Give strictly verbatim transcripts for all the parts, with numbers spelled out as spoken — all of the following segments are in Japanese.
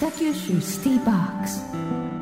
北九州シティボックス。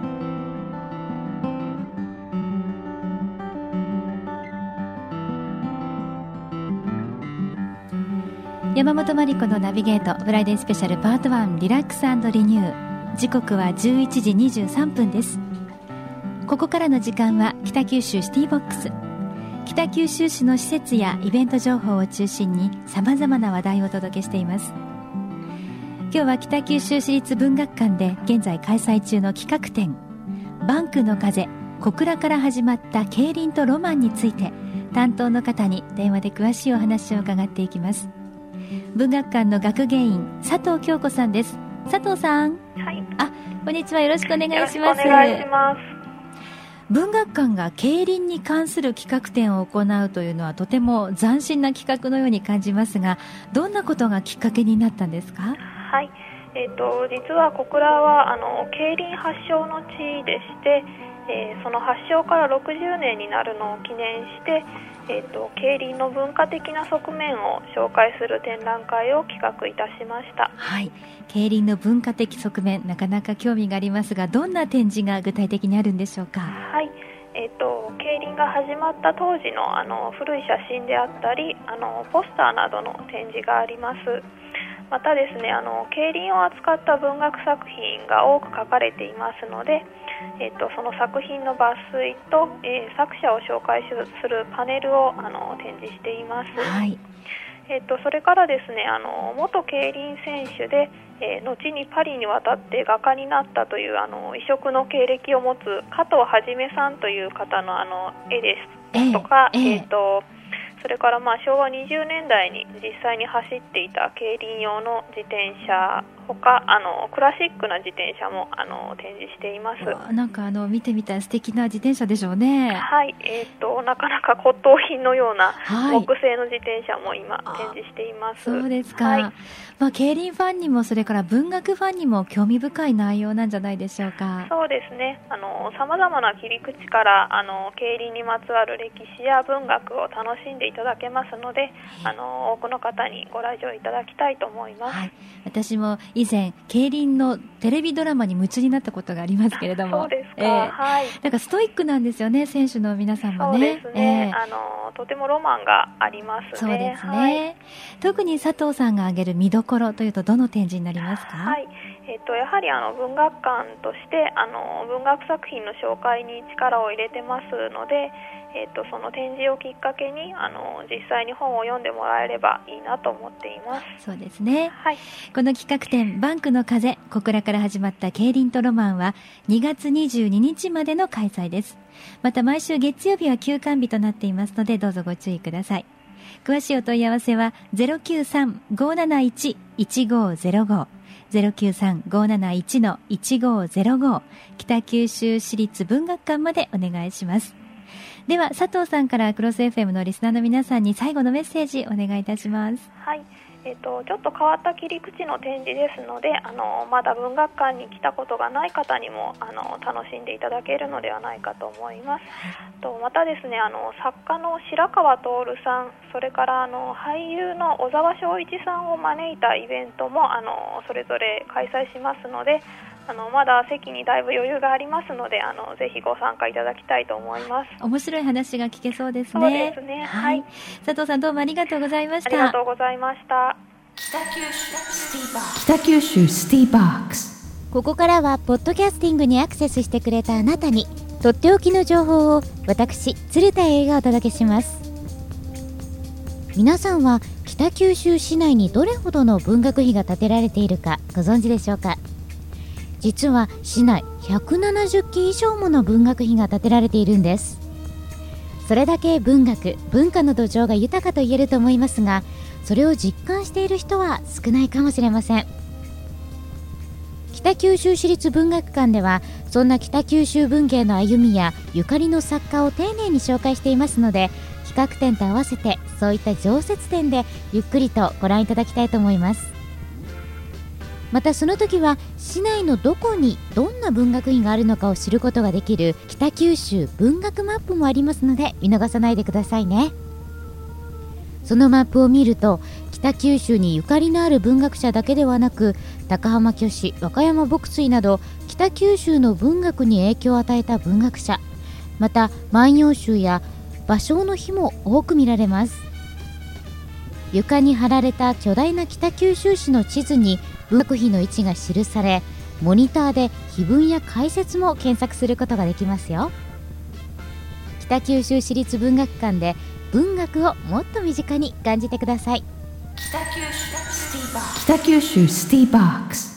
山本真理子のナビゲートフライデースペシャルパートワンリラックス&リニュー。時刻はじゅういちじにじゅうさんぷんです。ここからの時間は北九州シティボックス。北九州市の施設やイベント情報を中心にさまざまな話題をお届けしています。今日は北九州市立文学館で現在開催中の企画展、バンクの風小倉から始まった競輪とロマンについて、担当の方に電話で詳しいお話を伺っていきます。文学館の学芸員佐藤京子さんです。佐藤さん、 はい、 あ、こんにちは。よろしくお願いします。 よろしくお願いします。 文学館が競輪に関する企画展を行うというのはとても斬新な企画のように感じますが、どんなことがきっかけになったんですか？ はい、えー、と実は小倉はあの競輪発祥の地でして、えー、その発祥からろくじゅうねんになるのを記念して、えー、と競輪の文化的な側面を紹介する展覧会を企画いたしました。 はい、競輪の文化的側面、なかなか興味がありますが、どんな展示が具体的にあるんでしょうか？ はい、えー、と競輪が始まった当時の、あの古い写真であったり、あのポスターなどの展示があります。またですね、あの競輪を扱った文学作品が多く書かれていますので、えー、とその作品の抜粋と、えー、作者を紹介するパネルをあの展示しています。 はい、 えー、とそれからですね、あの元競輪選手で、えー、後にパリに渡って画家になったというあの異色の経歴を持つ加藤はじめさんという方のあの絵ですとか、えーえー、とそれからまあ昭和にじゅうねんだいに実際に走っていた競輪用の自転車ほか、あのクラシックな自転車もあの展示しています。 なんかあの見てみたい素敵な自転車でしょうね。 はい、えー、となかなか骨董品のような木製の自転車も今展示しています。 そうですか。 はい、 まあ、競輪ファンにもそれから文学ファンにも興味深い内容なんじゃないでしょうか？ そうですね、あの様々な切り口からあの競輪にまつわる歴史や文学を楽しんでいただけますので、あの多くの方にご来場いただきたいと思います。 はい、私も以前競輪のテレビドラマに夢中になったことがありますけれども。 そうですか、 えー、 はい、 なんかストイックなんですよね、選手の皆さんもね。 そうですね、 えー、 あのとてもロマンがありますね。 そうですね、 はい、 特に佐藤さんが挙げる見どころというとどの展示になりますか？ はい、えー、とやはりあの文学館としてあの文学作品の紹介に力を入れてますので、えー、とその展示をきっかけにあの実際に本を読んでもらえればいいなと思っています。 そうですね、 はい、 この企画展バンクの風小倉から始まった競輪とロマンはにがつにじゅうににちまでの開催です。また毎週月曜日は休館日となっていますので、どうぞご注意ください。詳しいお問い合わせは ゼロきゅうさん ごーなないち いちごーゼロごー ゼロきゅうさん ごーなないち いちごーゼロごー 北九州市立文学館までお願いします。では佐藤さんからクロス エフエム のリスナーの皆さんに最後のメッセージお願いいたします。 はい、えー、とちょっと変わった切り口の展示ですので、あのまだ文学館に来たことがない方にもあの楽しんでいただけるのではないかと思います。とまたですね、あの作家の白川徹さん、それからあの俳優の小沢昭一さんを招いたイベントもあのそれぞれ開催しますので、あのまだ席にだいぶ余裕がありますので、あのぜひご参加いただきたいと思います。 面白い話が聞けそうですね。 そうですね、はい、はい、 佐藤さんどうもありがとうございました。 ありがとうございました。 北九州シティボックス。北九州シティボックス。 ここからはポッドキャスティングにアクセスしてくれたあなたにとっておきの情報を私鶴田英がお届けします。皆さんは北九州市内にどれほどの文学碑が建てられているかご存知でしょうか？実は市内ひゃくななじゅっき以上もの文学碑が建てられているんです。それだけ文学文化の土壌が豊かと言えると思いますが、それを実感している人は少ないかもしれません。北九州市立文学館ではそんな北九州文芸の歩みやゆかりの作家を丁寧に紹介していますので、企画展と合わせてそういった常設展でゆっくりとご覧いただきたいと思います。またその時は市内のどこにどんな文学碑があるのかを知ることができる北九州文学マップもありますので見逃さないでくださいね。そのマップを見ると北九州にゆかりのある文学者だけではなく、高浜虚子、和歌山牧水など北九州の文学に影響を与えた文学者、また万葉集や芭蕉の碑も多く見られます。床に貼られた巨大な北九州市の地図に文学碑の位置が記され、モニターで碑文や解説も検索することができますよ。北九州市立文学館で文学をもっと身近に感じてください。 北九州シティボックス。